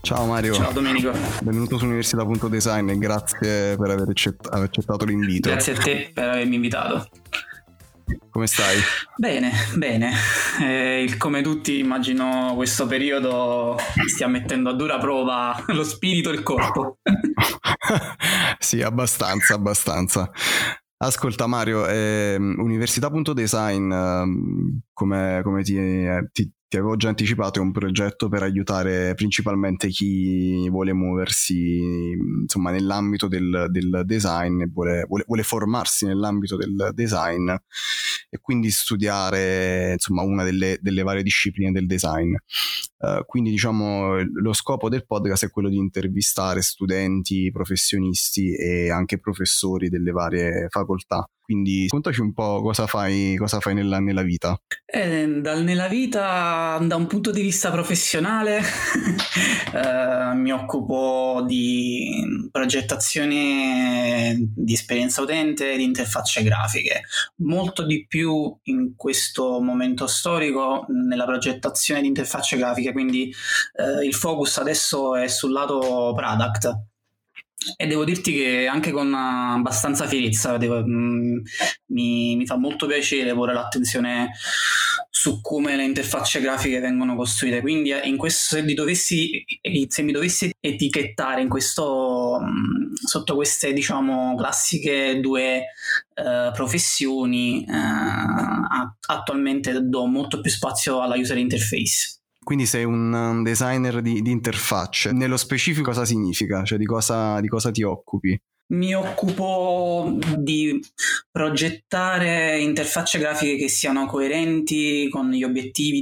Ciao Mario. Ciao Domenico. Benvenuto su Università.design e grazie per aver accettato l'invito. Grazie a te per avermi invitato. Come stai? Bene. Come tutti immagino questo periodo stia mettendo a dura prova lo spirito e il corpo. Sì, abbastanza. Ascolta Mario, Università.design, come ti avevo già anticipato, è un progetto per aiutare principalmente chi vuole muoversi insomma nell'ambito del design e vuole formarsi nell'ambito del design e quindi studiare insomma una delle varie discipline del design. Quindi diciamo lo scopo del podcast è quello di intervistare studenti, professionisti e anche professori delle varie facoltà. Quindi contaci un po' cosa fai nella vita. Nella vita, da un punto di vista professionale, mi occupo di progettazione di esperienza utente e di interfacce grafiche. Molto di più in questo momento storico nella progettazione di interfacce grafiche, quindi il focus adesso è sul lato product. E devo dirti che anche con abbastanza fierezza mi fa molto piacere porre l'attenzione su come le interfacce grafiche vengono costruite. Quindi se mi dovessi etichettare in questo, sotto queste diciamo classiche due professioni, attualmente do molto più spazio alla user interface. Quindi sei un designer di interfacce. Nello specifico cosa significa? Cioè di cosa ti occupi? Mi occupo di progettare interfacce grafiche che siano coerenti con gli obiettivi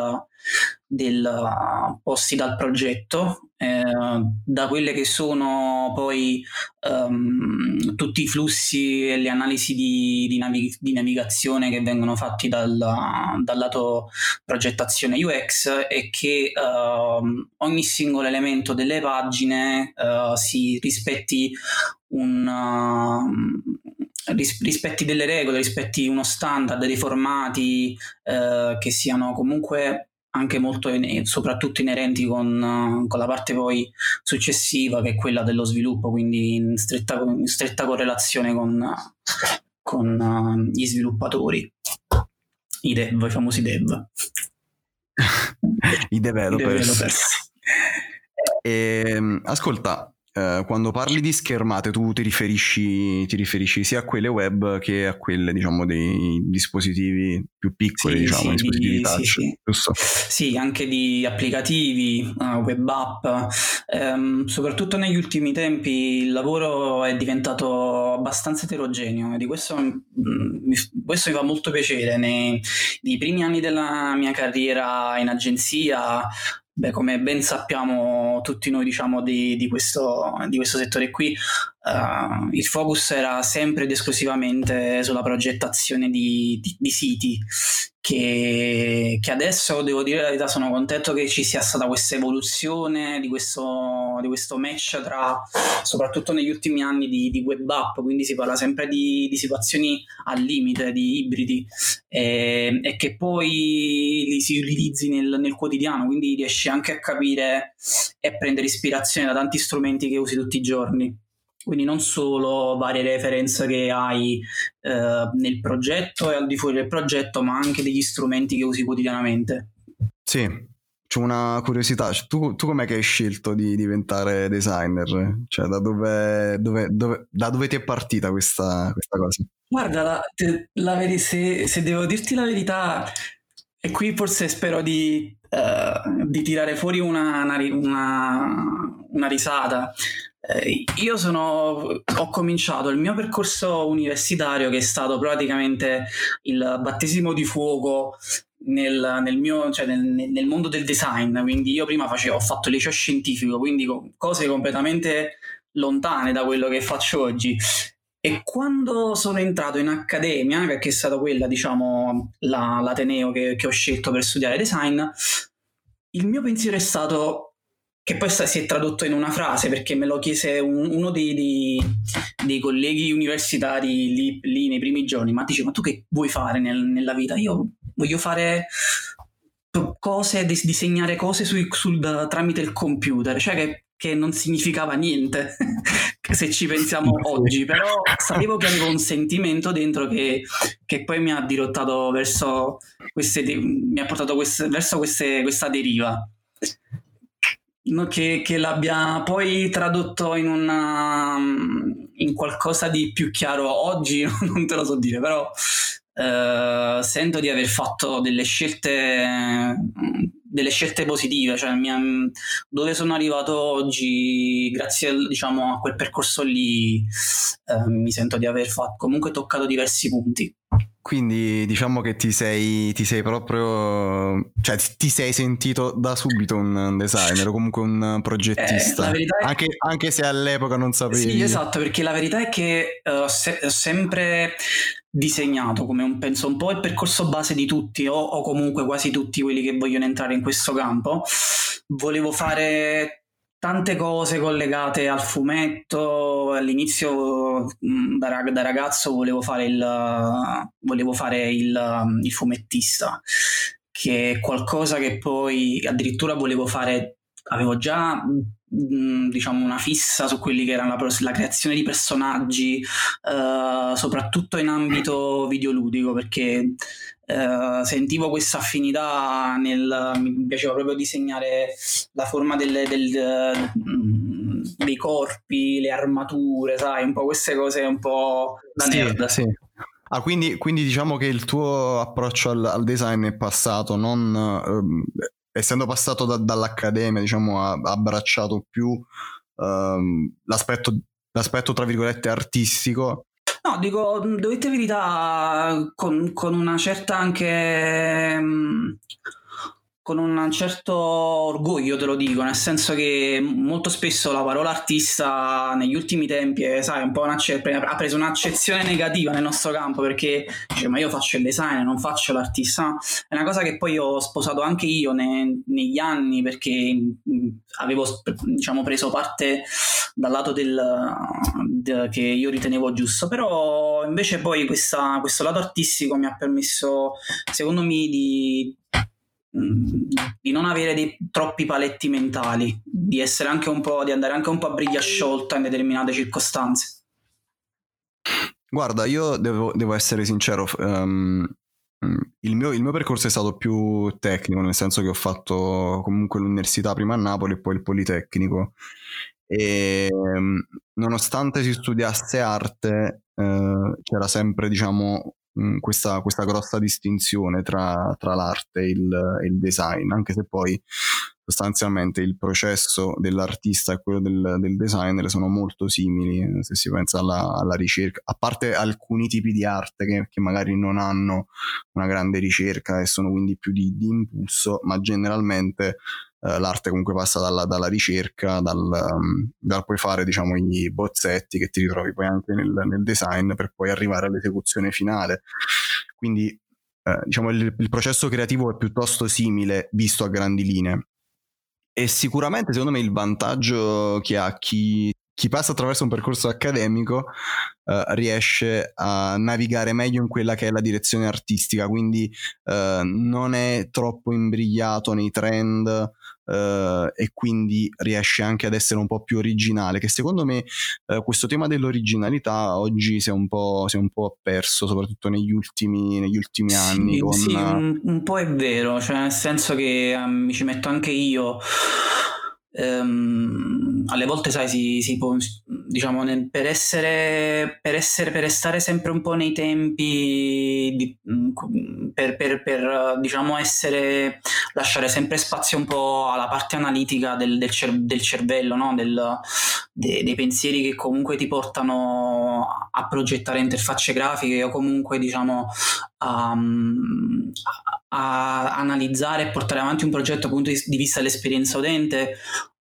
posti dal progetto, da quelle che sono poi tutti i flussi e le analisi di navigazione che vengono fatti dal lato progettazione UX, e che ogni singolo elemento delle pagine si rispetti rispetti delle regole, rispetti uno standard, dei formati che siano comunque anche molto soprattutto inerenti con la parte poi successiva, che è quella dello sviluppo, quindi in stretta correlazione con gli sviluppatori, i famosi dev. I developers. Ascolta, quando parli di schermate tu ti riferisci sia a quelle web che a quelle diciamo dei dispositivi più piccoli, dispositivi touch, giusto? Sì, anche di applicativi, web app. Soprattutto negli ultimi tempi il lavoro è diventato abbastanza eterogeneo, e di questo mi fa molto piacere. Nei primi anni della mia carriera in agenzia, come ben sappiamo tutti noi diciamo di questo settore qui, il focus era sempre ed esclusivamente sulla progettazione di siti, che adesso, devo dire la verità, sono contento che ci sia stata questa evoluzione di questo match tra, soprattutto negli ultimi anni, di web app. Quindi si parla sempre di situazioni al limite, di ibridi, e che poi li si utilizzi nel quotidiano, quindi riesci anche a capire e prendere ispirazione da tanti strumenti che usi tutti i giorni. Quindi non solo varie reference che hai nel progetto e al di fuori del progetto, ma anche degli strumenti che usi quotidianamente. Sì, c'ho una curiosità. Tu com'è che hai scelto di diventare designer? Cioè da dove ti è partita questa cosa? Guarda, se devo dirti la verità, e qui forse spero di tirare fuori una risata. Io ho cominciato il mio percorso universitario, che è stato praticamente il battesimo di fuoco nel mondo del design. Quindi io prima ho fatto il liceo scientifico, quindi cose completamente lontane da quello che faccio oggi. E quando sono entrato in accademia, perché è stata quella, diciamo, l'ateneo che ho scelto per studiare design, il mio pensiero è stato, che poi si è tradotto in una frase, perché me lo chiese uno dei colleghi universitari lì nei primi giorni: ma dice, ma tu che vuoi fare nella vita? Io voglio fare cose, disegnare cose tramite il computer, cioè che non significava niente se ci pensiamo oggi, però sapevo che avevo un sentimento dentro che poi mi ha dirottato verso mi ha portato verso questa deriva. Che l'abbia poi tradotto in qualcosa di più chiaro oggi non te lo so dire, però sento di aver fatto delle scelte positive, cioè dove sono arrivato oggi grazie diciamo a quel percorso lì, mi sento di aver comunque toccato diversi punti. Quindi diciamo che ti sei proprio, cioè ti sei sentito da subito un designer o comunque un progettista, la verità è anche se all'epoca non sapevi. Sì, esatto, perché la verità è che ho sempre disegnato come penso un po' il percorso base di tutti o comunque quasi tutti quelli che vogliono entrare in questo campo. Volevo fare tante cose collegate al fumetto. All'inizio da ragazzo volevo fare il fumettista, che è qualcosa che poi addirittura volevo fare. Avevo già diciamo una fissa su quelli che erano la creazione di personaggi, soprattutto in ambito videoludico, perché sentivo questa affinità mi piaceva proprio disegnare la forma dei corpi, le armature, sai, un po' queste cose un po' da nerd. Sì. Ah, quindi diciamo che il tuo approccio al design è passato non essendo passato dall'accademia, diciamo, ha abbracciato più l'aspetto tra virgolette artistico. No, dico, devo dire la verità, con una certa anche con un certo orgoglio, te lo dico, nel senso che molto spesso la parola artista negli ultimi tempi sai, un po' ha preso un'accezione negativa nel nostro campo, perché dice, ma io faccio il design, non faccio l'artista. No? È una cosa che poi ho sposato anche io negli anni, perché avevo diciamo preso parte dal lato che io ritenevo giusto, però invece poi questo lato artistico mi ha permesso, secondo me, di non avere troppi paletti mentali, di essere anche di andare anche un po' a briglia sciolta in determinate circostanze. Guarda, io devo essere sincero, il mio percorso è stato più tecnico, nel senso che ho fatto comunque l'università prima a Napoli e poi il Politecnico, e nonostante si studiasse arte c'era sempre, diciamo, questa grossa distinzione tra l'arte e il design, anche se poi sostanzialmente il processo dell'artista e quello del designer sono molto simili, se si pensa alla ricerca, a parte alcuni tipi di arte che magari non hanno una grande ricerca e sono quindi più di impulso, ma generalmente l'arte comunque passa dalla ricerca, dal puoi fare, diciamo, i bozzetti che ti ritrovi poi anche nel design per poi arrivare all'esecuzione finale. Quindi diciamo il processo creativo è piuttosto simile visto a grandi linee, e sicuramente secondo me il vantaggio che ha chi passa attraverso un percorso accademico riesce a navigare meglio in quella che è la direzione artistica, quindi non è troppo imbrigliato nei trend, e quindi riesce anche ad essere un po' più originale, che secondo me questo tema dell'originalità oggi si è un po' perso, soprattutto negli ultimi anni. Sì, un po' è vero, cioè nel senso che mi ci metto anche io. Alle volte sai si può, diciamo, per restare sempre un po' nei tempi per diciamo lasciare sempre spazio un po' alla parte analitica del cervello, no? Dei pensieri che comunque ti portano a progettare interfacce grafiche, o comunque, diciamo, a analizzare e portare avanti un progetto dal punto di vista dell'esperienza utente.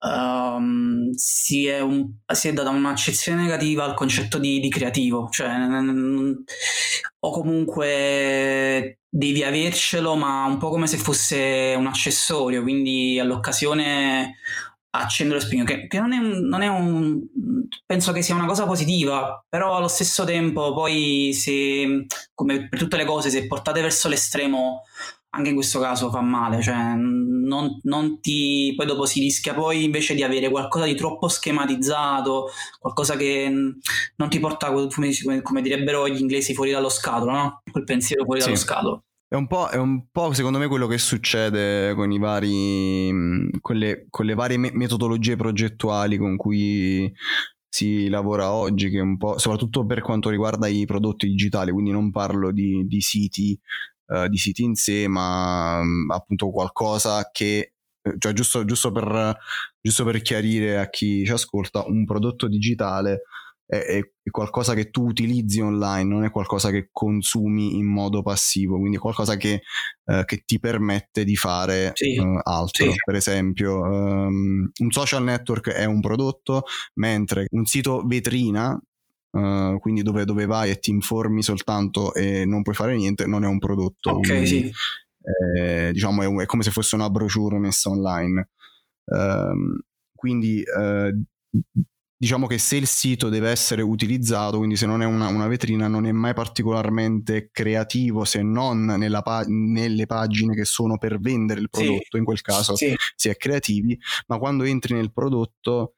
Si è data un'accezione negativa al concetto di creativo, cioè o comunque devi avercelo, ma un po' come se fosse un accessorio, quindi all'occasione accendo lo spegno, che non è penso che sia una cosa positiva, però allo stesso tempo poi, se, come per tutte le cose, se portate verso l'estremo anche in questo caso fa male, cioè non ti, poi dopo si rischia poi invece di avere qualcosa di troppo schematizzato, qualcosa che non ti porta, come direbbero gli inglesi, fuori dallo scatolo, no? Quel pensiero fuori dallo Sì. scatolo. È un po' secondo me quello che succede con i vari, con le varie metodologie progettuali con cui si lavora oggi, che un po', soprattutto per quanto riguarda i prodotti digitali, quindi non parlo di siti in sé, ma appunto qualcosa che, cioè giusto per chiarire a chi ci ascolta, un prodotto digitale è qualcosa che tu utilizzi online, non è qualcosa che consumi in modo passivo, quindi è qualcosa che ti permette di fare altro. Sì. Per esempio, un social network è un prodotto, mentre un sito vetrina, quindi dove vai e ti informi soltanto e non puoi fare niente, non è un prodotto. Ok, quindi, sì. Diciamo è come se fosse una brochure messa online. Quindi diciamo che se il sito deve essere utilizzato, quindi se non è una vetrina, non è mai particolarmente creativo, se non nelle pagine che sono per vendere il prodotto, sì. In quel caso sì. Si è creativi, ma quando entri nel prodotto,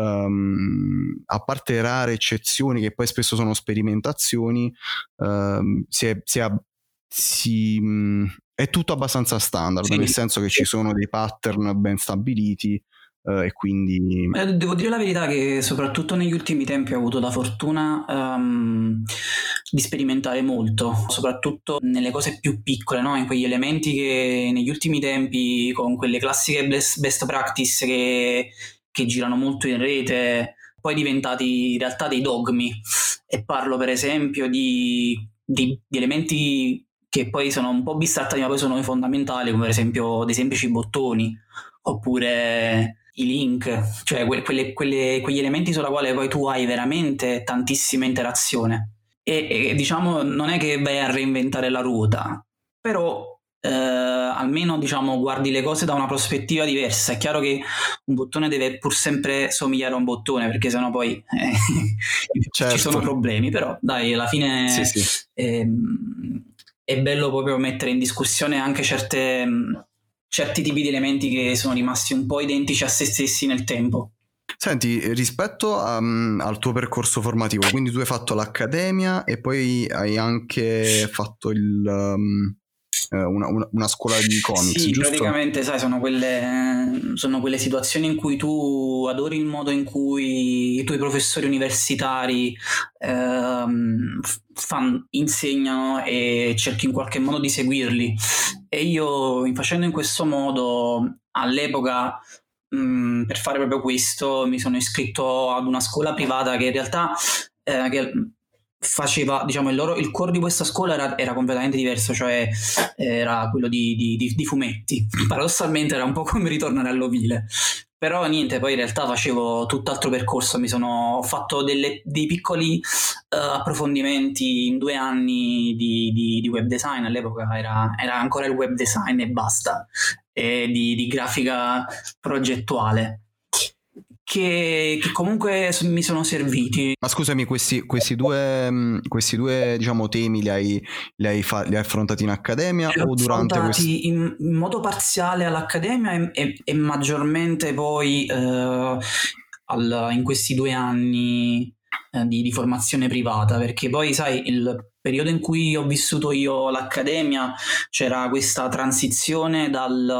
a parte rare eccezioni che poi spesso sono sperimentazioni, è tutto abbastanza standard, sì. Nel senso che ci sono dei pattern ben stabiliti. E quindi devo dire la verità che soprattutto negli ultimi tempi ho avuto la fortuna di sperimentare molto, soprattutto nelle cose più piccole, no? In quegli elementi che negli ultimi tempi, con quelle classiche best practice che girano molto in rete, poi diventati in realtà dei dogmi. E parlo per esempio di elementi che poi sono un po' bistrattati ma poi sono fondamentali, come per esempio dei semplici bottoni, oppure i link, cioè quegli elementi sulla quale poi tu hai veramente tantissima interazione e diciamo non è che vai a reinventare la ruota, però almeno diciamo guardi le cose da una prospettiva diversa. È chiaro che un bottone deve pur sempre somigliare a un bottone, perché sennò poi certo. Ci sono problemi, però dai, alla fine sì. È bello proprio mettere in discussione anche certi tipi di elementi che sono rimasti un po' identici a se stessi nel tempo. Senti, rispetto al tuo percorso formativo, quindi tu hai fatto l'accademia e poi hai anche fatto una scuola di comics, sì, giusto? Praticamente, sai, sono quelle situazioni in cui tu adori il modo in cui i tuoi professori universitari insegnano e cerchi in qualche modo di seguirli. E io, facendo in questo modo, all'epoca, per fare proprio questo, mi sono iscritto ad una scuola privata che in realtà che faceva, diciamo, il core di questa scuola era completamente diverso, cioè era quello di fumetti. Paradossalmente era un po' come ritornare all'ovile, però niente, poi in realtà facevo tutt'altro percorso. Ho fatto dei piccoli approfondimenti in 2 anni di web design. All'epoca era ancora il web design e basta, e di grafica progettuale, che comunque mi sono serviti. Ma scusami, questi due diciamo temi li hai affrontati in accademia o durante affrontati in modo parziale all'accademia e maggiormente poi in questi 2 anni di formazione privata, perché poi sai, il periodo in cui ho vissuto io l'accademia c'era questa transizione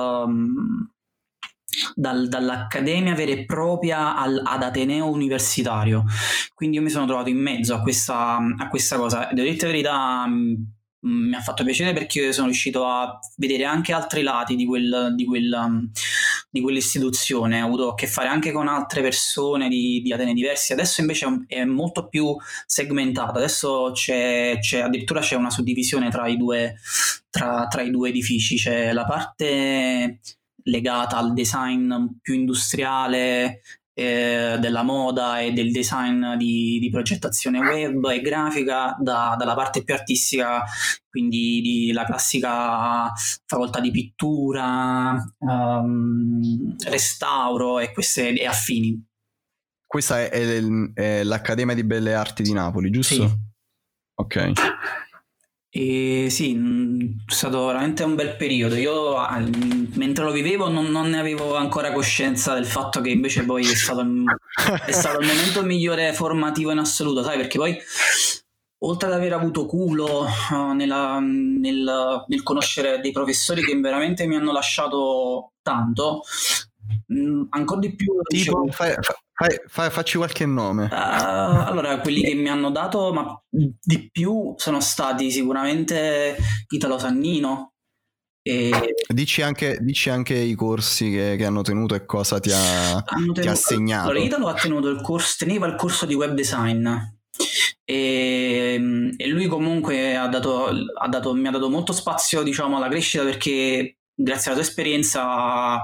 dall'accademia vera e propria ad ateneo universitario, quindi io mi sono trovato in mezzo a questa cosa. Devo dirti la verità, mi ha fatto piacere perché sono riuscito a vedere anche altri lati di quell'istituzione. Ho avuto a che fare anche con altre persone di atenei diversi. Adesso invece è molto più segmentata. Adesso addirittura c'è una suddivisione tra i due edifici. C'è la parte legata al design più industriale della moda e del design di progettazione web e grafica, dalla parte più artistica, quindi la classica facoltà di pittura, restauro e affini. Questa è l'Accademia di Belle Arti di Napoli, giusto? Sì. Ok. E sì, è stato veramente un bel periodo. Io mentre lo vivevo non ne avevo ancora coscienza del fatto che invece poi è stato il momento migliore formativo in assoluto, sai, perché poi oltre ad aver avuto culo nel conoscere dei professori che veramente mi hanno lasciato tanto, ancora di più Tipo, ricevo. facci qualche nome. Allora, quelli che mi hanno dato, ma di più sono stati sicuramente Italo Sannino. E Dici anche i corsi che hanno tenuto e cosa ti ha allora, segnato. Italo teneva il corso di web design. E lui comunque mi ha dato molto spazio, diciamo, alla crescita, perché grazie alla sua esperienza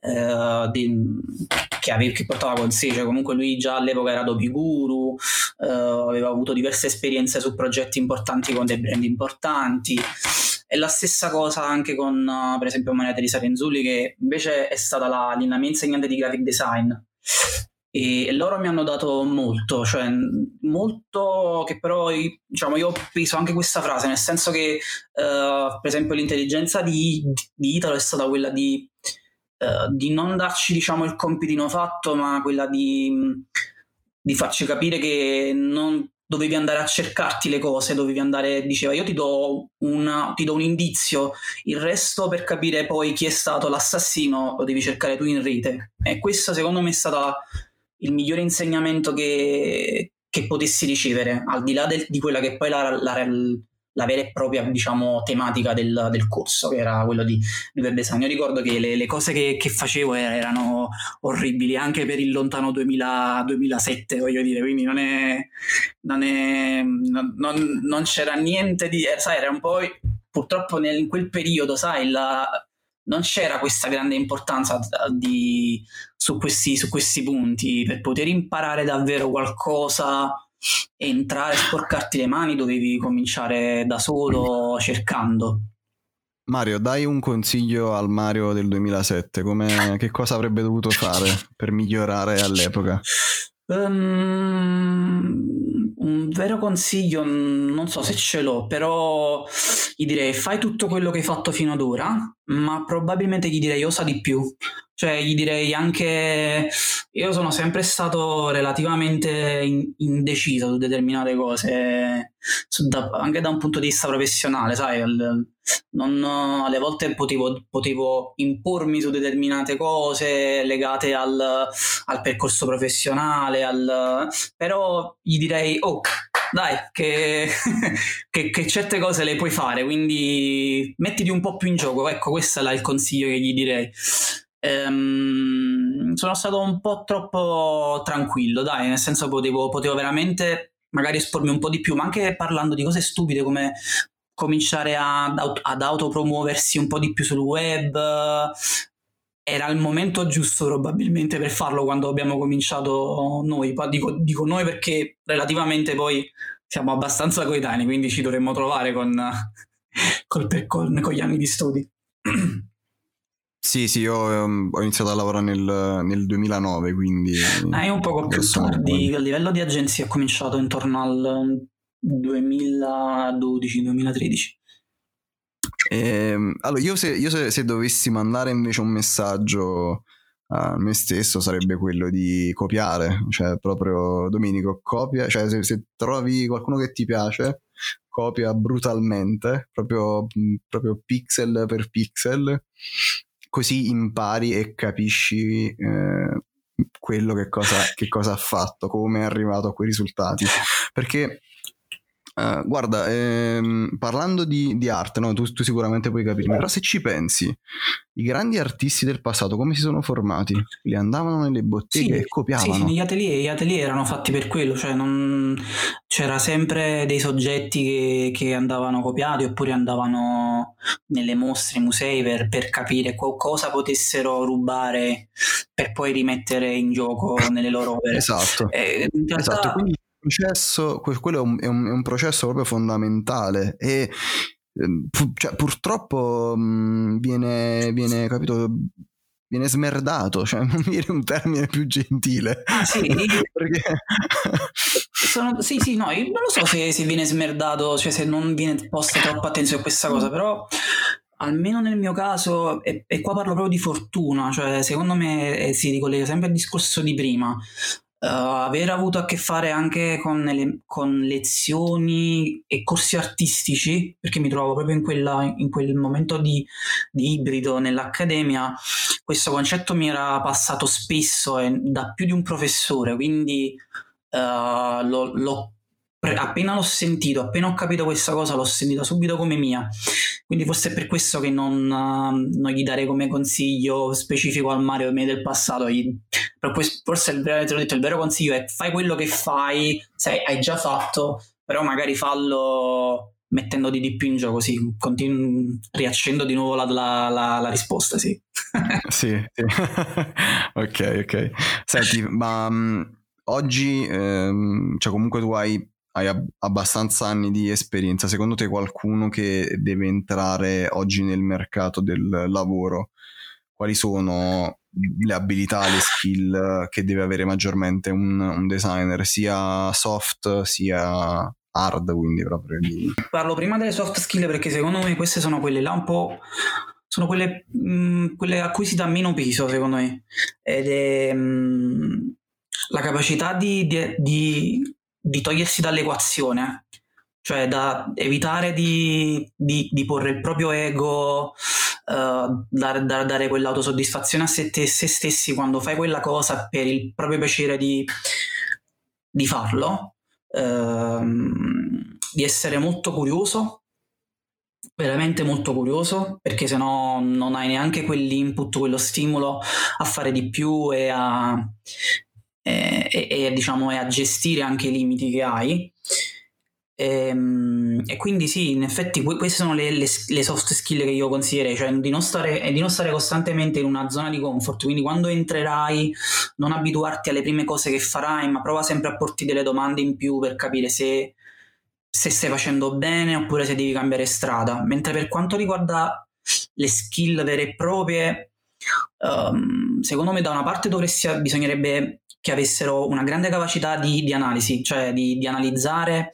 che portava con sé, cioè comunque lui già all'epoca era Adobe Guru, aveva avuto diverse esperienze su progetti importanti con dei brand importanti. E la stessa cosa anche con, per esempio, Maria Teresa Renzulli, che invece è stata la mia insegnante di graphic design. E loro mi hanno dato molto, cioè molto, che però diciamo, io ho preso anche questa frase, nel senso che per esempio l'intelligenza di Italo è stata quella di non darci, diciamo, il compitino fatto, ma quella di farci capire che non dovevi andare a cercarti le cose, dovevi andare, diceva, io ti do un indizio, il resto per capire poi chi è stato l'assassino lo devi cercare tu in rete. E questo secondo me è stato il migliore insegnamento che potessi ricevere, al di là di quella che poi la vera e propria, diciamo, tematica del corso, che era quello di web design. Io ricordo che le cose che facevo erano orribili anche per il lontano 2007, voglio dire, quindi non c'era niente di, sai, era un po', purtroppo in quel periodo, sai, non c'era questa grande importanza su questi punti. Per poter imparare davvero qualcosa, entrare, sporcarti le mani, dovevi cominciare da solo, cercando. Mario, dai un consiglio al Mario del 2007, che cosa avrebbe dovuto fare per migliorare all'epoca? Un vero consiglio, non so se ce l'ho, però gli direi fai tutto quello che hai fatto fino ad ora, ma probabilmente gli direi osa di più. Cioè gli direi anche, io sono sempre stato relativamente indeciso su determinate cose, anche da un punto di vista professionale, sai, alle volte potevo impormi su determinate cose legate al percorso professionale, però gli direi, oh, dai, che certe cose le puoi fare, quindi mettiti un po' più in gioco. Ecco, questo è il consiglio che gli direi. Sono stato un po' troppo tranquillo, dai, nel senso potevo veramente magari espormi un po' di più, ma anche parlando di cose stupide come cominciare ad autopromuoversi un po' di più sul web. Era il momento giusto probabilmente per farlo quando abbiamo cominciato noi. Dico noi perché relativamente poi siamo abbastanza coetanei, quindi ci dovremmo trovare con gli anni di studi. Sì, io ho iniziato a lavorare nel 2009, quindi... Io un poco più tardi, a livello di agenzia ho cominciato intorno al 2012-2013. Allora, io se dovessi mandare invece un messaggio a me stesso sarebbe quello di copiare, cioè proprio Domenico, copia, cioè se trovi qualcuno che ti piace, copia brutalmente, proprio pixel per pixel, così impari e capisci quello che cosa ha fatto, come è arrivato a quei risultati, perché guarda, parlando di arte, no? Tu sicuramente puoi capirmi, però se ci pensi, i grandi artisti del passato come si sono formati? Li andavano nelle botteghe e copiavano. Sì, gli atelier erano fatti per quello, cioè c'era sempre dei soggetti che andavano copiati oppure andavano nelle mostre, musei per capire cosa potessero rubare per poi rimettere in gioco nelle loro opere. Esatto, in realtà, esatto. Quindi quello è un processo proprio fondamentale e cioè, purtroppo viene capito viene smerdato, cioè non mi viene un termine più gentile. Ah sì? Perché... sì, no, io non lo so se viene smerdato, cioè se non viene posta troppa attenzione a questa cosa, però almeno nel mio caso, e qua parlo proprio di fortuna, cioè secondo me si ricollega sempre al discorso di prima. Aver avuto a che fare anche con lezioni e corsi artistici, perché mi trovo proprio in quel momento di ibrido nell'accademia, questo concetto mi era passato spesso e da più di un professore, quindi appena l'ho sentito, appena ho capito questa cosa, l'ho sentita subito come mia. Quindi forse è per questo che non gli darei come consiglio specifico al Mario mio del passato. Forse te l'ho detto, il vero consiglio è: fai quello che fai, hai già fatto, però magari fallo mettendoti di più in gioco, sì. Riaccendo di nuovo la risposta, sì. Sì. Ok. Senti, ma oggi, cioè comunque tu hai abbastanza anni di esperienza. Secondo te qualcuno che deve entrare oggi nel mercato del lavoro, quali sono le abilità, le skill che deve avere maggiormente un designer, sia soft sia hard, quindi proprio di... Parlo prima delle soft skill perché secondo me queste sono quelle là un po', sono quelle a cui si dà meno peso, secondo me, ed è la capacità di togliersi dall'equazione, cioè da evitare di porre il proprio ego, dare quell'autosoddisfazione a se stessi quando fai quella cosa per il proprio piacere di farlo, di essere molto curioso, veramente molto curioso, perché sennò non hai neanche quell'input, quello stimolo a fare di più e diciamo, e a gestire anche i limiti che hai. E quindi sì, in effetti queste sono le soft skill che io consiglierei, cioè di non stare costantemente in una zona di comfort. Quindi quando entrerai non abituarti alle prime cose che farai, ma prova sempre a porti delle domande in più per capire se stai facendo bene oppure se devi cambiare strada. Mentre per quanto riguarda le skill vere e proprie, secondo me da una parte bisognerebbe che avessero una grande capacità di analisi, cioè di analizzare,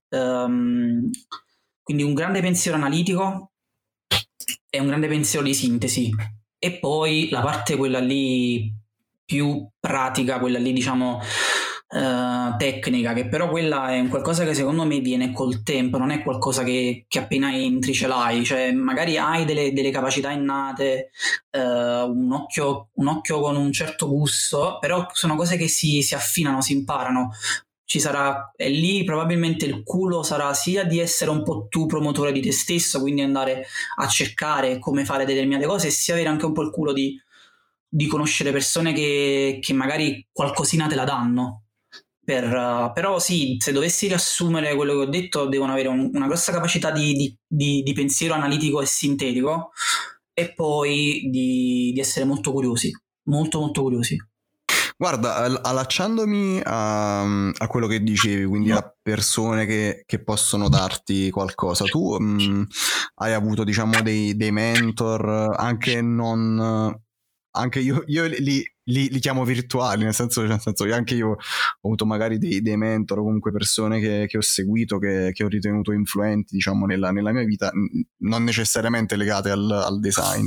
quindi un grande pensiero analitico e un grande pensiero di sintesi. E poi la parte quella lì più pratica, quella lì diciamo tecnica, che però quella è un qualcosa che secondo me viene col tempo, non è qualcosa che appena entri ce l'hai, cioè magari hai delle capacità innate, un occhio con un certo gusto, però sono cose che si affinano, si imparano. E lì probabilmente il culo sarà sia di essere un po' tu promotore di te stesso, quindi andare a cercare come fare determinate cose, sia avere anche un po' il culo di conoscere persone che magari qualcosina te la danno. Però sì, se dovessi riassumere quello che ho detto, devono avere una grossa capacità di pensiero analitico e sintetico, e poi di essere molto curiosi, molto molto curiosi. Guarda, allacciandomi a quello che dicevi, quindi a persone che possono darti qualcosa, tu hai avuto, diciamo, dei mentor, anche non... Anche io li chiamo virtuali, nel senso che anche io ho avuto magari dei mentor o comunque persone che ho seguito, che ho ritenuto influenti, diciamo, nella mia vita, non necessariamente legate al design.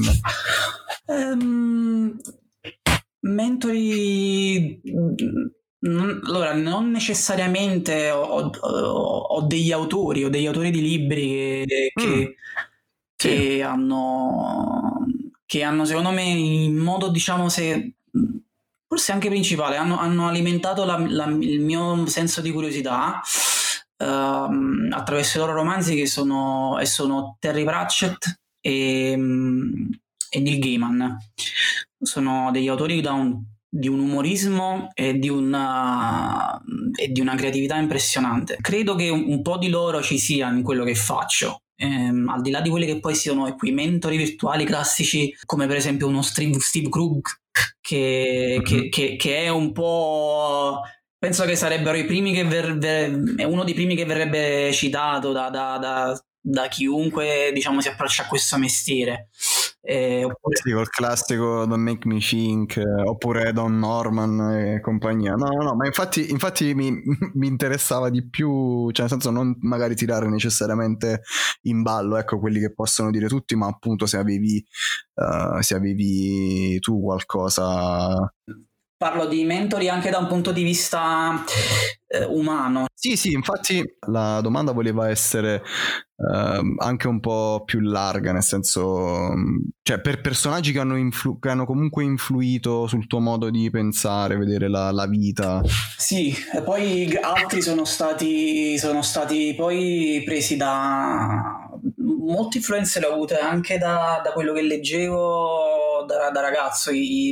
Mentori, allora non necessariamente ho degli autori di libri che hanno secondo me in modo, diciamo, forse anche principale, hanno alimentato il mio senso di curiosità attraverso i loro romanzi, che sono Terry Pratchett e Neil Gaiman. Sono degli autori di un umorismo e di una creatività impressionante. Credo che un po' di loro ci sia in quello che faccio. Al di là di quelli che poi siano quei mentori virtuali classici, come per esempio uno Steve Krug, che è un po'... Penso che sarebbero i primi è uno dei primi che verrebbe citato da chiunque, diciamo, si approccia a questo mestiere. Oppure... Sì, col classico Don't Make Me Think, oppure Don Norman e compagnia. No, ma infatti mi interessava di più, cioè nel senso non magari tirare necessariamente in ballo, ecco, quelli che possono dire tutti, ma appunto se avevi tu qualcosa... Parlo di mentori anche da un punto di vista umano. Sì, infatti la domanda voleva essere anche un po' più larga, nel senso, cioè per personaggi che hanno comunque influito sul tuo modo di pensare, vedere la vita. Sì, e poi altri sono stati poi presi da... Molte influenze le ho avute anche da quello che leggevo da ragazzo,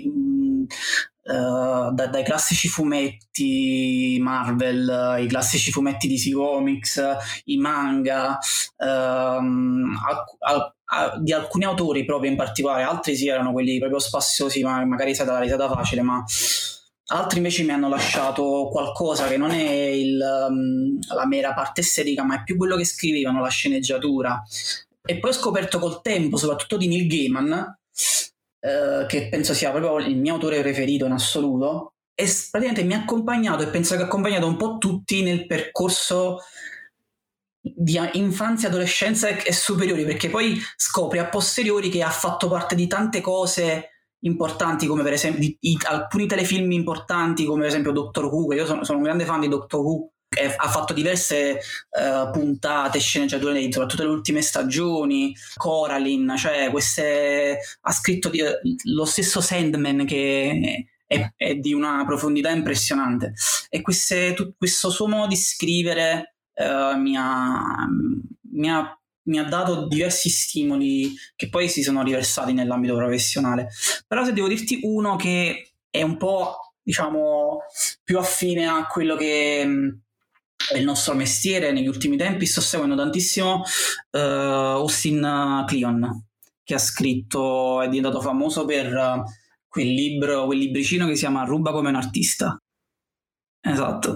dai classici fumetti Marvel, i classici fumetti DC Comics, i manga, di alcuni autori proprio in particolare. Altri sì erano quelli proprio spassiosi, ma magari è stata la risata facile, ma altri invece mi hanno lasciato qualcosa che non è la mera parte estetica, ma è più quello che scrivevano, la sceneggiatura. E poi ho scoperto col tempo, soprattutto di Neil Gaiman, che penso sia proprio il mio autore preferito in assoluto, e praticamente mi ha accompagnato, e penso che ha accompagnato un po' tutti nel percorso di infanzia, adolescenza e superiori, perché poi scopri a posteriori che ha fatto parte di tante cose importanti, come per esempio alcuni telefilm importanti, come per esempio Doctor Who, che io sono un grande fan di Doctor Who, ha fatto diverse puntate, sceneggiature, soprattutto le ultime stagioni, Coraline, cioè ha scritto lo stesso Sandman, che è di una profondità impressionante, e questo suo modo di scrivere mi ha dato diversi stimoli che poi si sono riversati nell'ambito professionale. Però se devo dirti uno che è un po', diciamo, più affine a quello che è il nostro mestiere negli ultimi tempi, sto seguendo tantissimo Austin Kleon, che è diventato famoso per quel libricino che si chiama Ruba come un artista. Esatto.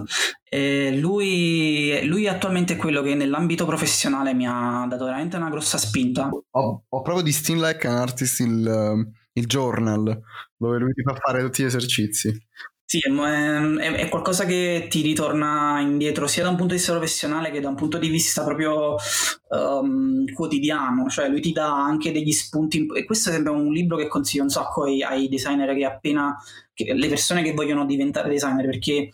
Lui attualmente è quello che nell'ambito professionale mi ha dato veramente una grossa spinta. Ho proprio di Steam Like an Artist il journal, dove lui ti fa fare tutti gli esercizi. Sì, è qualcosa che ti ritorna indietro sia da un punto di vista professionale che da un punto di vista proprio quotidiano, cioè lui ti dà anche degli spunti, e questo è sempre un libro che consiglio un sacco ai designer le persone che vogliono diventare designer, perché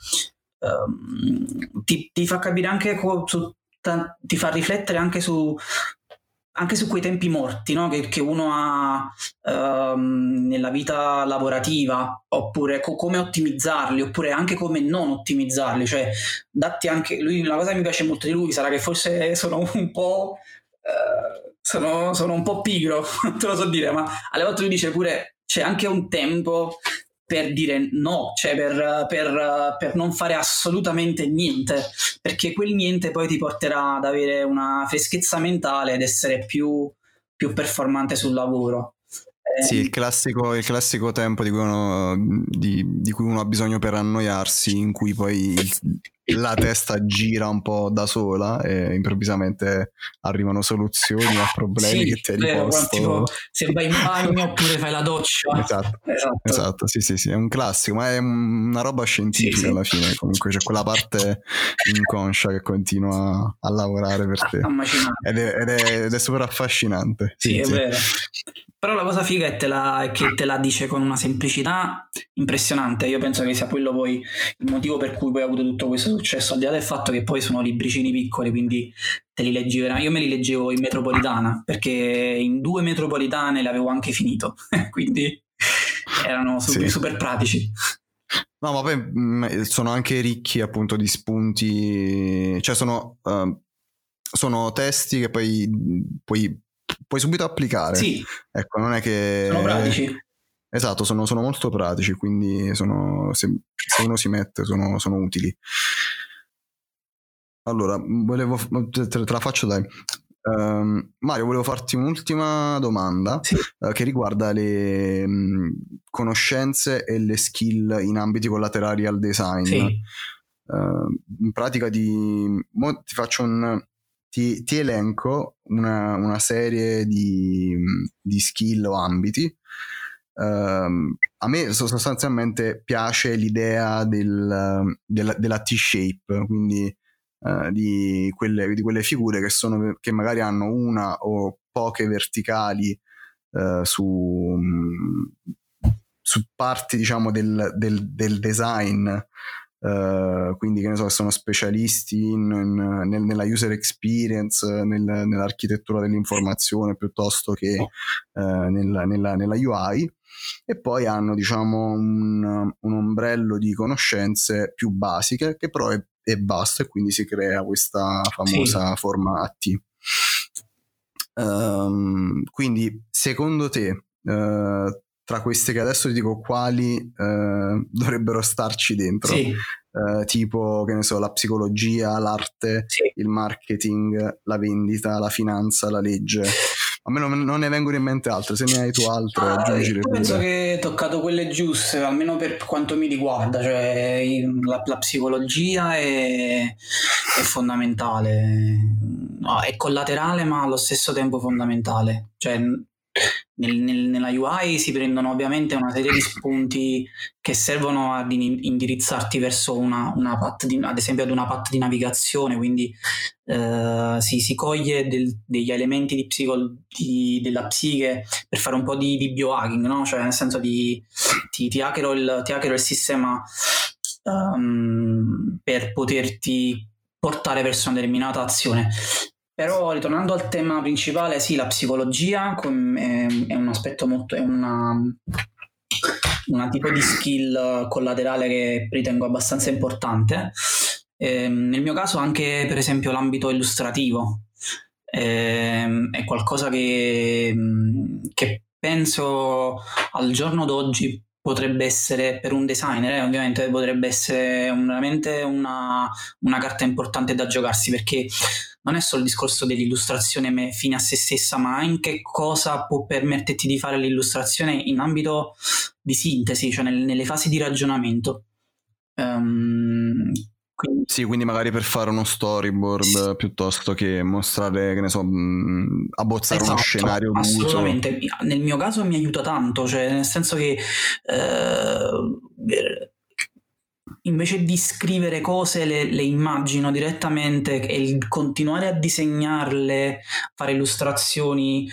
ti fa capire anche ti fa riflettere anche su quei tempi morti, no? che uno ha nella vita lavorativa, oppure come ottimizzarli, oppure anche come non ottimizzarli, cioè datti anche lui. La cosa che mi piace molto di lui sarà che forse sono un po' sono un po' pigro, non te lo so dire, ma alle volte lui dice pure c'è anche un tempo per dire no, cioè per non fare assolutamente niente, perché quel niente poi ti porterà ad avere una freschezza mentale ed essere più performante sul lavoro. Sì, il classico tempo di cui uno ha bisogno per annoiarsi, in cui poi la testa gira un po' da sola e improvvisamente arrivano soluzioni a problemi che ti hai riposto. Tipo, se vai in bagno oppure fai la doccia. Esatto, sì, è un classico, ma è una roba scientifica, sì. Alla fine comunque c'è quella parte inconscia che continua a lavorare per te ed è super affascinante. Sì, è vero. Però la cosa figa è che te la dice con una semplicità impressionante. Io penso che sia quello poi il motivo per cui poi ha avuto tutto questo successo, al di là del fatto che poi sono libricini piccoli, quindi te li leggi io me li leggevo in metropolitana, perché in 2 metropolitane l'avevo anche finito quindi erano super pratici. No, ma poi sono anche ricchi appunto di spunti, cioè sono testi che poi puoi subito applicare. Sì. Ecco, non è che... Sono pratici. Esatto, sono molto pratici, quindi se uno si mette sono utili. Allora, te la faccio, dai. Mario, volevo farti un'ultima domanda, sì, che riguarda le conoscenze e le skill in ambiti collaterali al design. Sì. In pratica ti faccio ti elenco una serie di skill o ambiti. A me sostanzialmente piace l'idea della T-shape, quindi di quelle figure che magari hanno una o poche verticali su parti, diciamo, del design, quindi che ne so, sono specialisti nella user experience, nell'architettura dell'informazione piuttosto che nella UI, e poi hanno, diciamo, un ombrello di conoscenze più basiche che però è vasto, e quindi si crea questa famosa forma a T. Quindi secondo te, tra queste che adesso ti dico, quali dovrebbero starci dentro? Sì. Tipo, che ne so, la psicologia, l'arte, sì. il marketing, la vendita, la finanza, la legge. A me non ne vengono in mente altre. Se ne hai tu altre, aggiungile pure. Penso che hai toccato quelle giuste, almeno per quanto mi riguarda. Cioè, la psicologia è fondamentale, no, è collaterale ma allo stesso tempo fondamentale. Cioè, nella UI si prendono ovviamente una serie di spunti che servono ad indirizzarti verso una path ad esempio ad una path di navigazione, quindi si coglie degli elementi della psiche per fare un po' di biohacking, no? Cioè, nel senso ti hackero il sistema per poterti portare verso una determinata azione. Però ritornando al tema principale, sì, la psicologia è un aspetto molto, è una tipo di skill collaterale che ritengo abbastanza importante. Nel mio caso anche per esempio l'ambito illustrativo è qualcosa che penso al giorno d'oggi potrebbe essere, per un designer ovviamente, potrebbe essere veramente una carta importante da giocarsi, perché non è solo il discorso dell'illustrazione fine a se stessa, ma anche cosa può permetterti di fare l'illustrazione in ambito di sintesi, cioè nelle fasi di ragionamento. Quindi magari per fare uno storyboard piuttosto che mostrare, che ne so, abbozzare uno scenario d'uso. Assolutamente. Nel mio caso mi aiuta tanto, cioè nel senso che invece di scrivere cose le immagino direttamente, e il continuare a disegnarle, fare illustrazioni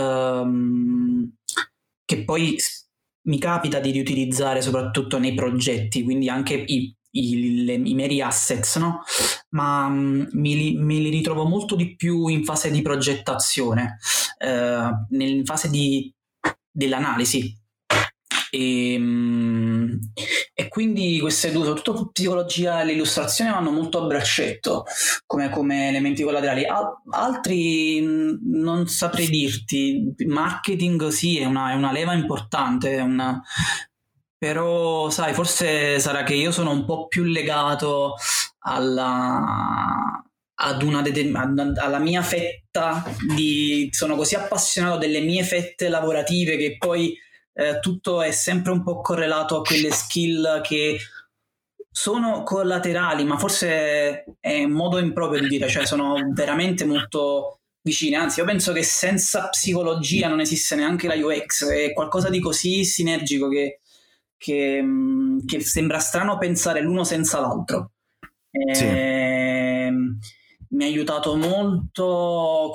che poi mi capita di riutilizzare soprattutto nei progetti, quindi anche i meri assets, no? Ma me li ritrovo molto di più in fase di progettazione, in fase dell'analisi. E quindi queste due, soprattutto psicologia e l'illustrazione, vanno molto a braccetto come elementi collaterali. Altri non saprei dirti. Marketing sì, è una leva importante, però sai, forse sarà che io sono un po' più legato alla mia fetta sono così appassionato delle mie fette lavorative che poi tutto è sempre un po' correlato a quelle skill che sono collaterali, ma forse è un modo improprio di dire, cioè sono veramente molto vicine. Anzi, io penso che senza psicologia non esiste neanche la UX, è qualcosa di così sinergico che sembra strano pensare l'uno senza l'altro. Sì. Mi ha aiutato molto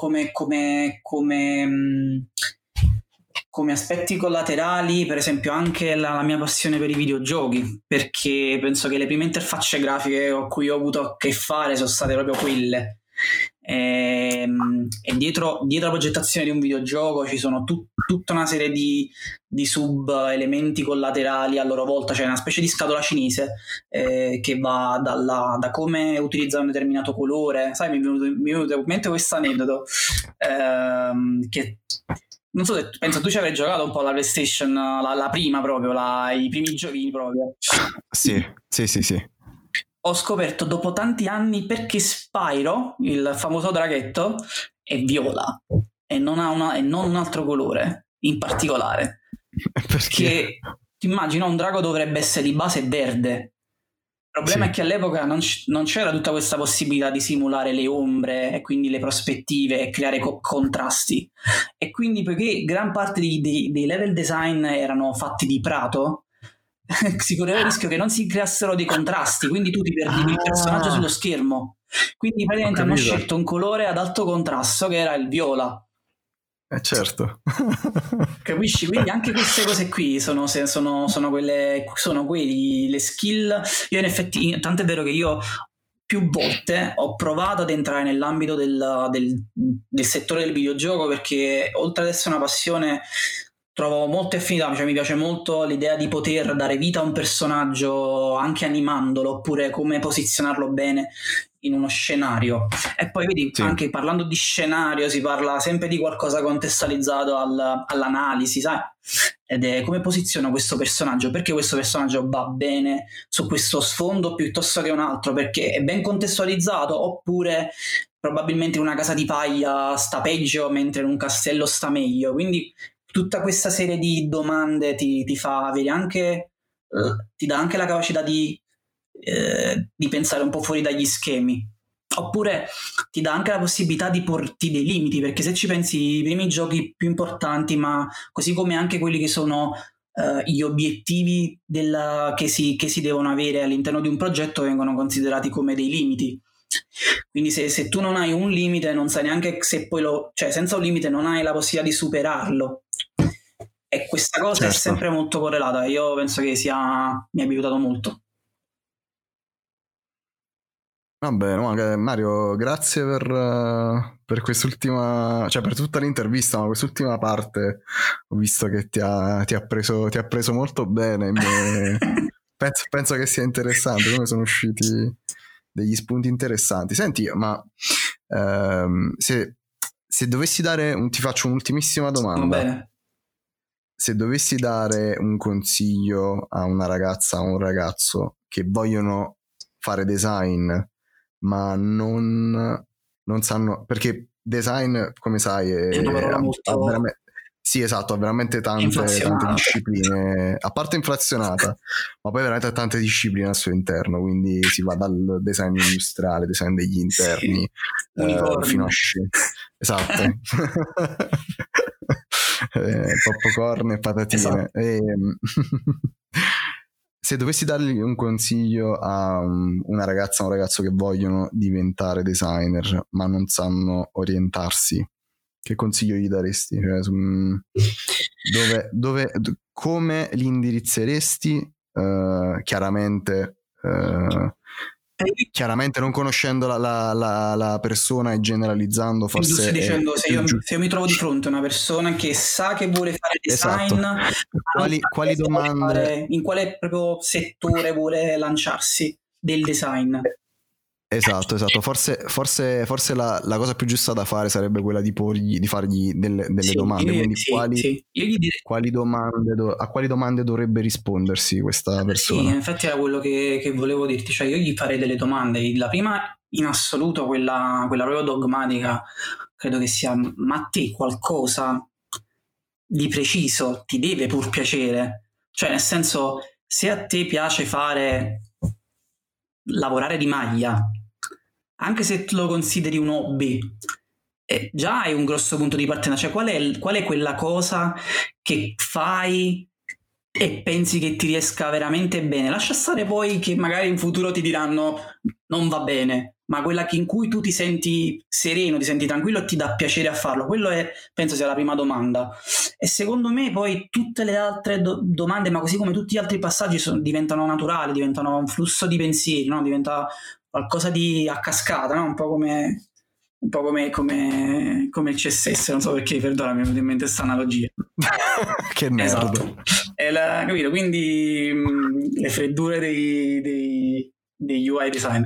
come aspetti collaterali, per esempio anche la mia passione per i videogiochi, perché penso che le prime interfacce grafiche con cui ho avuto a che fare sono state proprio quelle. E dietro la progettazione di un videogioco ci sono tutta una serie di sub elementi collaterali a loro volta, cioè una specie di scatola cinese che va da come utilizzare un determinato colore. Sai, mi è venuto in mente questo aneddoto che non so se penso tu ci avrai giocato un po' alla PlayStation, la prima proprio, i primi giochini proprio. Sì. Ho scoperto dopo tanti anni perché Spyro, il famoso draghetto, è viola e non un altro colore in particolare. Perché ti immagino un drago dovrebbe essere di base verde, problema è che all'epoca non c'era tutta questa possibilità di simulare le ombre e quindi le prospettive e creare contrasti, e quindi poiché gran parte dei level design erano fatti di prato, si correva il rischio che non si creassero dei contrasti, quindi tu ti perdevi il personaggio sullo schermo. Quindi praticamente hanno scelto un colore ad alto contrasto che era il viola. Certo. Capisci? Quindi anche queste cose qui sono quelli le skill. Io in effetti, tanto è vero che io più volte ho provato ad entrare nell'ambito del settore del videogioco, perché oltre ad essere una passione trovo molte affinità, cioè mi piace molto l'idea di poter dare vita a un personaggio anche animandolo, oppure come posizionarlo bene in uno scenario. E poi vedi, anche parlando di scenario si parla sempre di qualcosa contestualizzato all'analisi, sai? Ed è come posiziono questo personaggio, perché questo personaggio va bene su questo sfondo piuttosto che un altro, perché è ben contestualizzato, oppure probabilmente in una casa di paglia sta peggio mentre in un castello sta meglio. Quindi tutta questa serie di domande ti fa avere anche ti dà anche la capacità di pensare un po' fuori dagli schemi, oppure ti dà anche la possibilità di porti dei limiti, perché se ci pensi i primi giochi più importanti, ma così come anche quelli che sono gli obiettivi che si devono avere all'interno di un progetto, vengono considerati come dei limiti. Quindi se tu non hai un limite non sai neanche se poi cioè senza un limite non hai la possibilità di superarlo, e questa cosa è sempre molto correlata. Io penso che mi abbia aiutato molto. Va bene, Mario, grazie per quest'ultima, cioè per tutta l'intervista, ma quest'ultima parte ho visto che ti ha preso molto bene. Penso che sia interessante, come sono usciti degli spunti interessanti. Senti, ma se dovessi dare ti faccio un'ultimissima domanda. Va bene. Se dovessi dare un consiglio a una ragazza o un ragazzo che vogliono fare design ma non sanno, perché design, come sai, è una parola molto sì, esatto, ha veramente tante discipline, a parte inflazionata, ma poi veramente tante discipline al suo interno, quindi si va dal design industriale, design degli interni, fino a esatto. Popcorn e patatine. Esatto. Se dovessi dargli un consiglio a una ragazza o un ragazzo che vogliono diventare designer ma non sanno orientarsi, che consiglio gli daresti? Cioè, come li indirizzeresti? Chiaramente non conoscendo la persona e generalizzando, forse. Tu stai dicendo, se io mi trovo di fronte a una persona che sa che vuole fare design, esatto. Quali domande, in quale proprio settore vuole lanciarsi del design? Esatto. Forse la cosa più giusta da fare sarebbe quella di fargli delle domande. Quindi quali domande a quali domande dovrebbe rispondersi questa persona? Sì, in effetti era quello che volevo dirti. Cioè, io gli farei delle domande. La prima, in assoluto, quella proprio dogmatica, credo che sia: ma a te qualcosa di preciso ti deve pur piacere? Cioè, nel senso, se a te piace lavorare di maglia, anche se tu lo consideri un hobby, già hai un grosso punto di partenza. Cioè, qual è quella cosa che fai e pensi che ti riesca veramente bene? Lascia stare poi che magari in futuro ti diranno non va bene, ma quella in cui tu ti senti sereno, ti senti tranquillo e ti dà piacere a farlo. Quello penso sia la prima domanda. E secondo me poi tutte le altre domande, ma così come tutti gli altri passaggi, diventano naturali, diventano un flusso di pensieri, no? Diventa qualcosa a cascata, no? Un po' come il CSS, non so perché, perdona, mi è venuta in mente questa analogia. Che nerd. Esatto. Capito? Quindi le freddure dei UI design.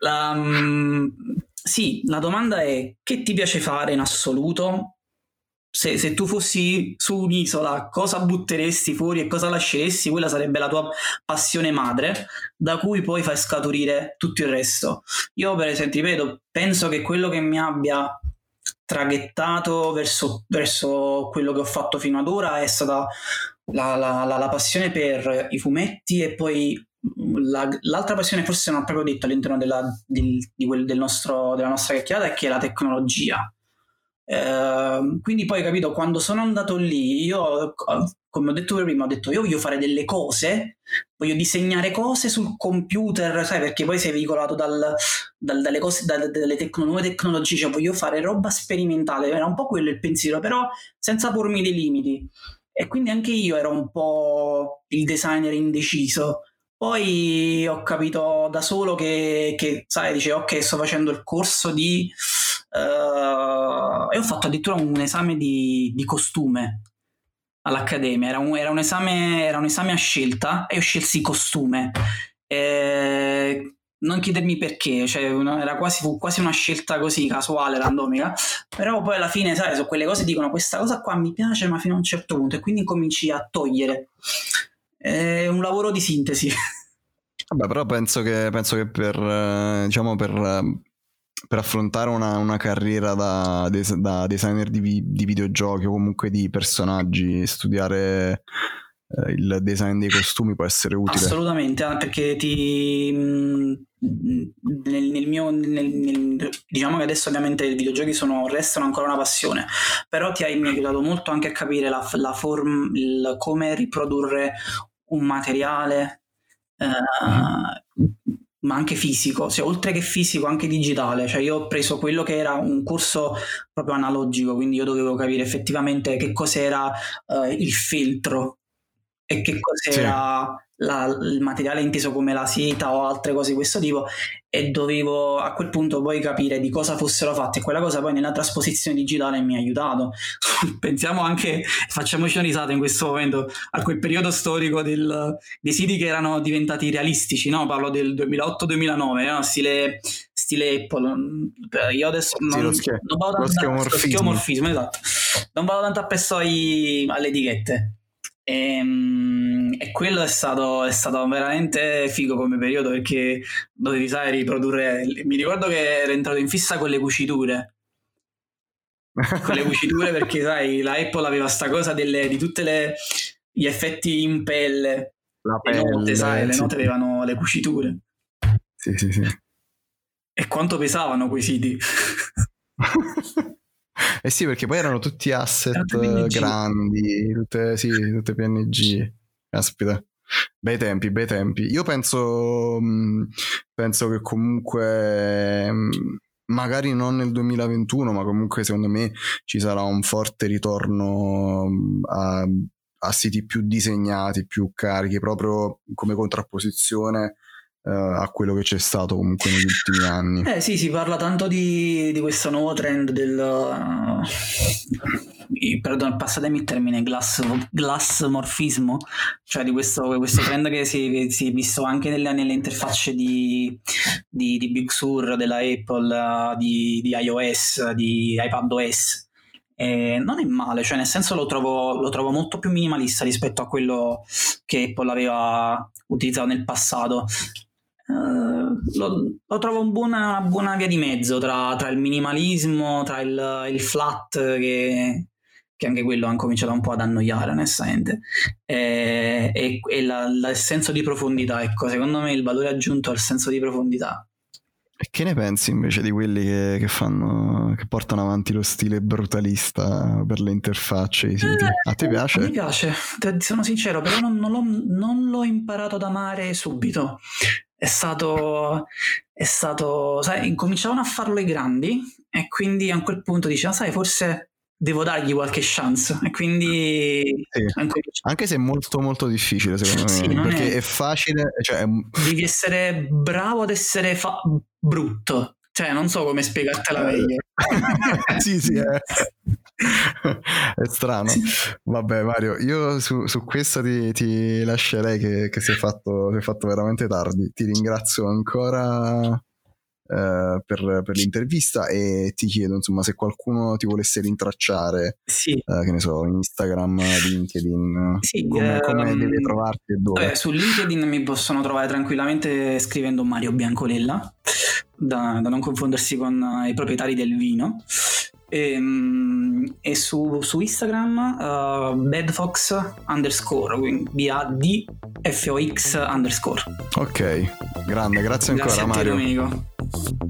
Sì, la domanda è: che ti piace fare in assoluto? Se tu fossi su un'isola, cosa butteresti fuori e cosa lasceresti? Quella sarebbe la tua passione madre, da cui poi fai scaturire tutto il resto. Io, per esempio, ripeto, penso che quello che mi abbia traghettato verso quello che ho fatto fino ad ora è stata la passione per i fumetti, e poi L'altra passione, forse non ho proprio detto all'interno della nostra chiacchierata, è che è la tecnologia. Quindi poi, capito, quando sono andato lì, io, come ho detto prima, ho detto io voglio fare delle cose, voglio disegnare cose sul computer, sai, perché poi sei veicolato dalle cose, dalle nuove tecnologie, cioè voglio fare roba sperimentale, era un po' quello il pensiero, però senza pormi dei limiti. E quindi anche io ero un po' il designer indeciso. Poi ho capito da solo che sai, dice ok, sto facendo il corso di e ho fatto addirittura un esame di costume all'accademia. Era un esame a scelta e io scelsi costume. Non chiedermi perché, cioè, fu quasi una scelta così casuale, randomica, però poi alla fine, sai, su quelle cose dicono questa cosa qua mi piace ma fino a un certo punto, e quindi cominci a togliere. È un lavoro di sintesi. Vabbè, però penso che per diciamo per affrontare una carriera da designer di videogiochi o comunque di personaggi, studiare il design dei costumi può essere utile. Assolutamente, perché diciamo che adesso ovviamente i videogiochi restano ancora una passione, però mi ha aiutato molto anche a capire come riprodurre un materiale, ma anche fisico, cioè oltre che fisico anche digitale. Cioè io ho preso quello che era un corso proprio analogico, quindi io dovevo capire effettivamente che cos'era il filtro e che cos'era il materiale inteso come la seta o altre cose di questo tipo, e dovevo a quel punto poi capire di cosa fossero fatte, e quella cosa poi nella trasposizione digitale mi ha aiutato. Pensiamo anche, facciamoci una risata in questo momento, a quel periodo storico dei siti che erano diventati realistici, no? Parlo del 2008-2009, no? Stile Apple. Io adesso lo schiomorfismo, esatto, non vado tanto appresso alle etichette. E quello è stato veramente figo come periodo, perché dovevi, sai, riprodurre. Mi ricordo che ero entrato in fissa con le cuciture perché sai, la Apple aveva sta cosa di tutte gli effetti in pelle, la le note, sai, le note avevano le cuciture. Sì. E quanto pesavano quei siti? Eh sì, perché poi erano tutti asset grandi, tutte PNG. Caspita, bei tempi. Io penso che comunque, magari non nel 2021, ma comunque secondo me ci sarà un forte ritorno a siti più disegnati, più carichi, proprio come contrapposizione a quello che c'è stato comunque negli ultimi anni. Sì, si parla tanto di questo nuovo trend perdono, passatemi il termine, glassmorfismo, cioè di questo trend che si è visto anche nelle interfacce di Big Sur, della Apple, di iOS, di iPadOS. Non è male, cioè nel senso lo trovo molto più minimalista rispetto a quello che Apple aveva utilizzato nel passato. Lo trovo una buona via di mezzo tra il minimalismo, tra il flat, che anche quello ha cominciato un po' ad annoiare onestamente, e il senso di profondità. Ecco, secondo me il valore aggiunto è il senso di profondità. E che ne pensi invece di quelli che portano avanti lo stile brutalista per le interfacce, i siti? A te piace? Mi piace, sono sincero, però non l'ho imparato ad amare subito. È stato, sai, incominciavano a farlo i grandi, e quindi a quel punto diceva, sai, forse devo dargli qualche chance, e quindi anche se è molto molto difficile secondo me, perché è facile, cioè devi essere bravo ad essere brutto, cioè non so come spiegartela meglio. sì è strano. Vabbè Mario, io su questo ti lascerei, che si è fatto veramente tardi. Ti ringrazio ancora per l'intervista, e ti chiedo insomma se qualcuno ti volesse rintracciare, che ne so, Instagram, LinkedIn, come deve trovarti e dove. Vabbè, su LinkedIn mi possono trovare tranquillamente scrivendo Mario e su Instagram badfox _, quindi BADFOX _. Ok, grande, grazie ancora, grazie a te, Mario. Domenico.